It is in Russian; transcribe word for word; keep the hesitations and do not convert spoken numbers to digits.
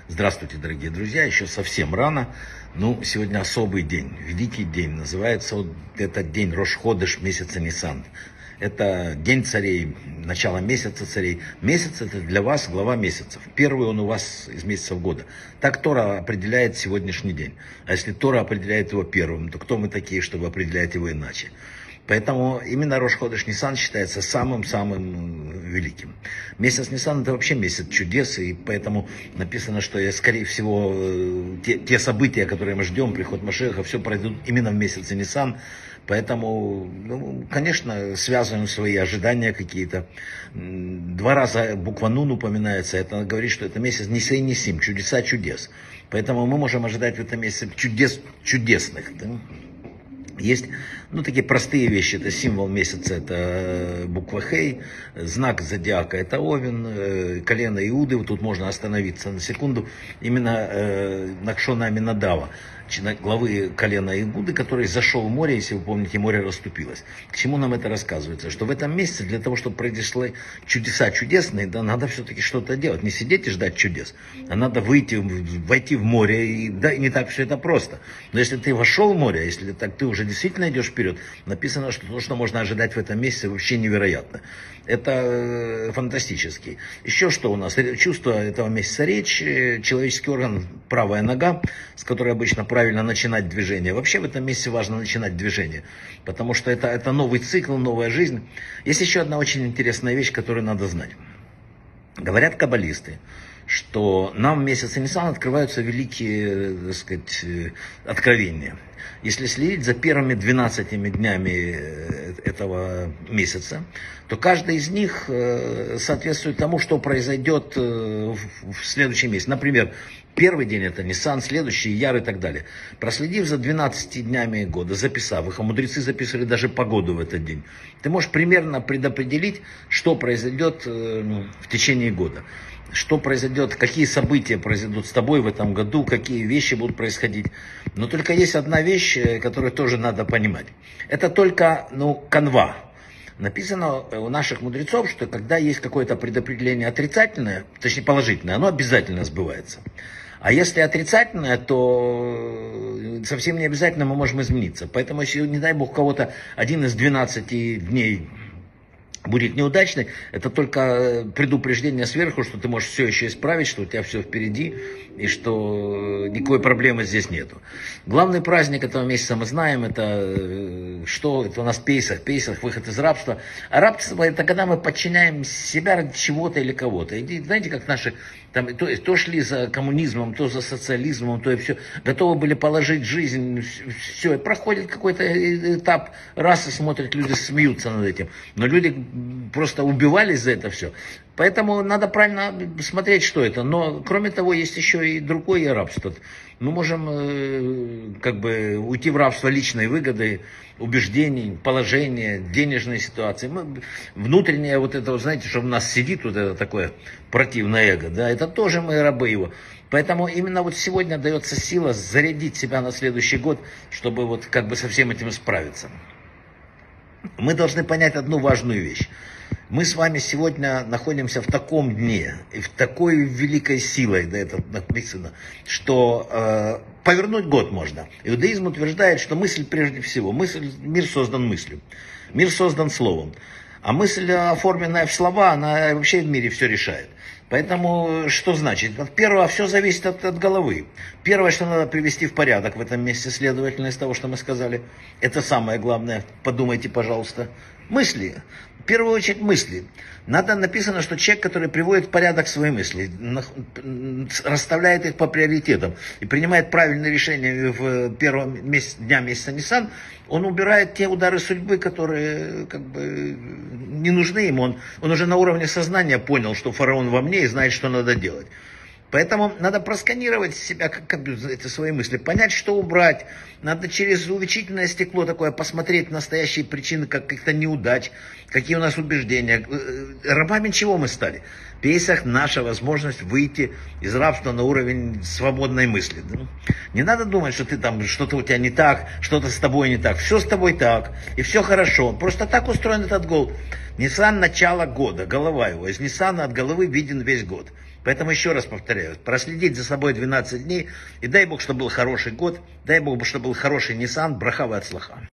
Здравствуйте, дорогие друзья, еще совсем рано, ну, сегодня особый день, великий день, называется вот этот день Рош-ходеш месяца Нисан. Это день царей, начало месяца царей. Месяц это для вас глава месяцев. Первый он у вас из месяцев года. Так Тора определяет сегодняшний день. А если Тора определяет его первым, то кто мы такие, чтобы определять его иначе? Поэтому именно Рош-ходеш Нисан считается самым-самым великим. Месяц Нисан это вообще месяц чудес, и поэтому написано, что, скорее всего, те, те события, которые мы ждем, приход Машеха, все пройдут именно в месяце Нисан. Поэтому, ну, конечно, связываем свои ожидания какие-то. Два раза буква Нун упоминается, это говорит, что это месяц Нисей Нисим, чудеса чудес. Поэтому мы можем ожидать в этом месяце чудес чудесных. Да? Есть, ну, такие простые вещи. Это символ месяца, это буква Хей, знак зодиака, это Овен, колено Иуды. Вот тут можно остановиться на секунду. Именно э, Накшона Аминадава, главы колена Иуды, который зашел в море, если вы помните, море расступилось. К чему нам это рассказывается? Что в этом месяце для того, чтобы произошли чудеса чудесные, да, надо все-таки что-то делать. Не сидеть и ждать чудес, а надо выйти, войти в море. И, да, и не так все это просто. Но если ты вошел в море, если так ты уже действительно идешь вперед, написано, что то, что можно ожидать в этом месяце, вообще невероятно. Это э, фантастически. Еще что у нас? Чувство этого месяца речь, человеческий орган, правая нога, с которой обычно правильно начинать движение. Вообще в этом месяце важно начинать движение, потому что это, это новый цикл, новая жизнь. Есть еще одна очень интересная вещь, которую надо знать. Говорят каббалисты, что нам в месяце Нисан открываются великие, так сказать, откровения. Если следить за первыми двенадцатью днями этого месяца, то каждый из них соответствует тому, что произойдет в следующем месяце. Например, первый день это Нисан, следующий Яр и так далее. Проследив за двенадцатью днями года, записав их, а мудрецы записывали даже погоду в этот день, ты можешь примерно предопределить, что произойдет в течение года. Что произойдет, какие события произойдут с тобой в этом году, какие вещи будут происходить. Но только есть одна вещь, которую тоже надо понимать. Это только, ну, канва. Написано у наших мудрецов, что когда есть какое-то предопределение отрицательное, точнее положительное, оно обязательно сбывается. А если отрицательное, то совсем не обязательно мы можем измениться. Поэтому, если, не дай бог, кого-то один из двенадцати дней будет неудачный, это только предупреждение сверху, что ты можешь все еще исправить, что у тебя все впереди, и что никакой проблемы здесь нету. Главный праздник этого месяца мы знаем, это что? Это у нас Пейсах, Пейсах, выход из рабства. А рабство это когда мы подчиняем себя ради чего-то или кого-то. И знаете, как наши там, то, то шли за коммунизмом, то за социализмом, то и все, готовы были положить жизнь, все, проходит какой-то этап, раз и смотрят, люди смеются над этим. Но люди просто убивались за это все. Поэтому надо правильно смотреть, что это. Но, кроме того, есть еще и другое рабство. Мы можем э, как бы уйти в рабство личной выгоды, убеждений, положения, денежной ситуации. Мы, внутреннее вот это, знаете, что в нас сидит вот это такое противное эго, да, это тоже мы рабы его. Поэтому именно вот сегодня дается сила зарядить себя на следующий год, чтобы вот как бы со всем этим справиться. Мы должны понять одну важную вещь. Мы с вами сегодня находимся в таком дне и в такой великой силой, да, это написано, что э, повернуть год можно. Иудаизм утверждает, что мысль прежде всего, мысль, мир создан мыслью, мир создан словом. А мысль, оформленная в слова, она вообще в мире все решает. Поэтому что значит? Первое, все зависит от, от головы. Первое, что надо привести в порядок в этом месте, следовательно, из того, что мы сказали, это самое главное. Подумайте, пожалуйста. Мысли. В первую очередь мысли. Надо написано, что человек, который приводит в порядок свои мысли, расставляет их по приоритетам и принимает правильные решения в первом месяц, дня месяца Нисан, он убирает те удары судьбы, которые как бы не нужны ему. Он, он уже на уровне сознания понял, что фараон во мне и знает, что надо делать. Поэтому надо просканировать себя, как, как это свои мысли, понять, что убрать. Надо через увеличительное стекло такое посмотреть настоящие причины каких-то неудач, какие у нас убеждения. Рабами чего мы стали? Пейсах наша возможность выйти из рабства на уровень свободной мысли. Не надо думать, что ты там, что-то у тебя не так, что-то с тобой не так. Все с тобой так, и все хорошо. Просто так устроен этот год. Нисан — начало года, голова его. Из Нисана от головы виден весь год. Поэтому еще раз повторяю, проследить за собой двенадцать дней, и дай Бог, чтобы был хороший год, дай Бог, чтобы был хороший Нисан, браха ва ацлаха.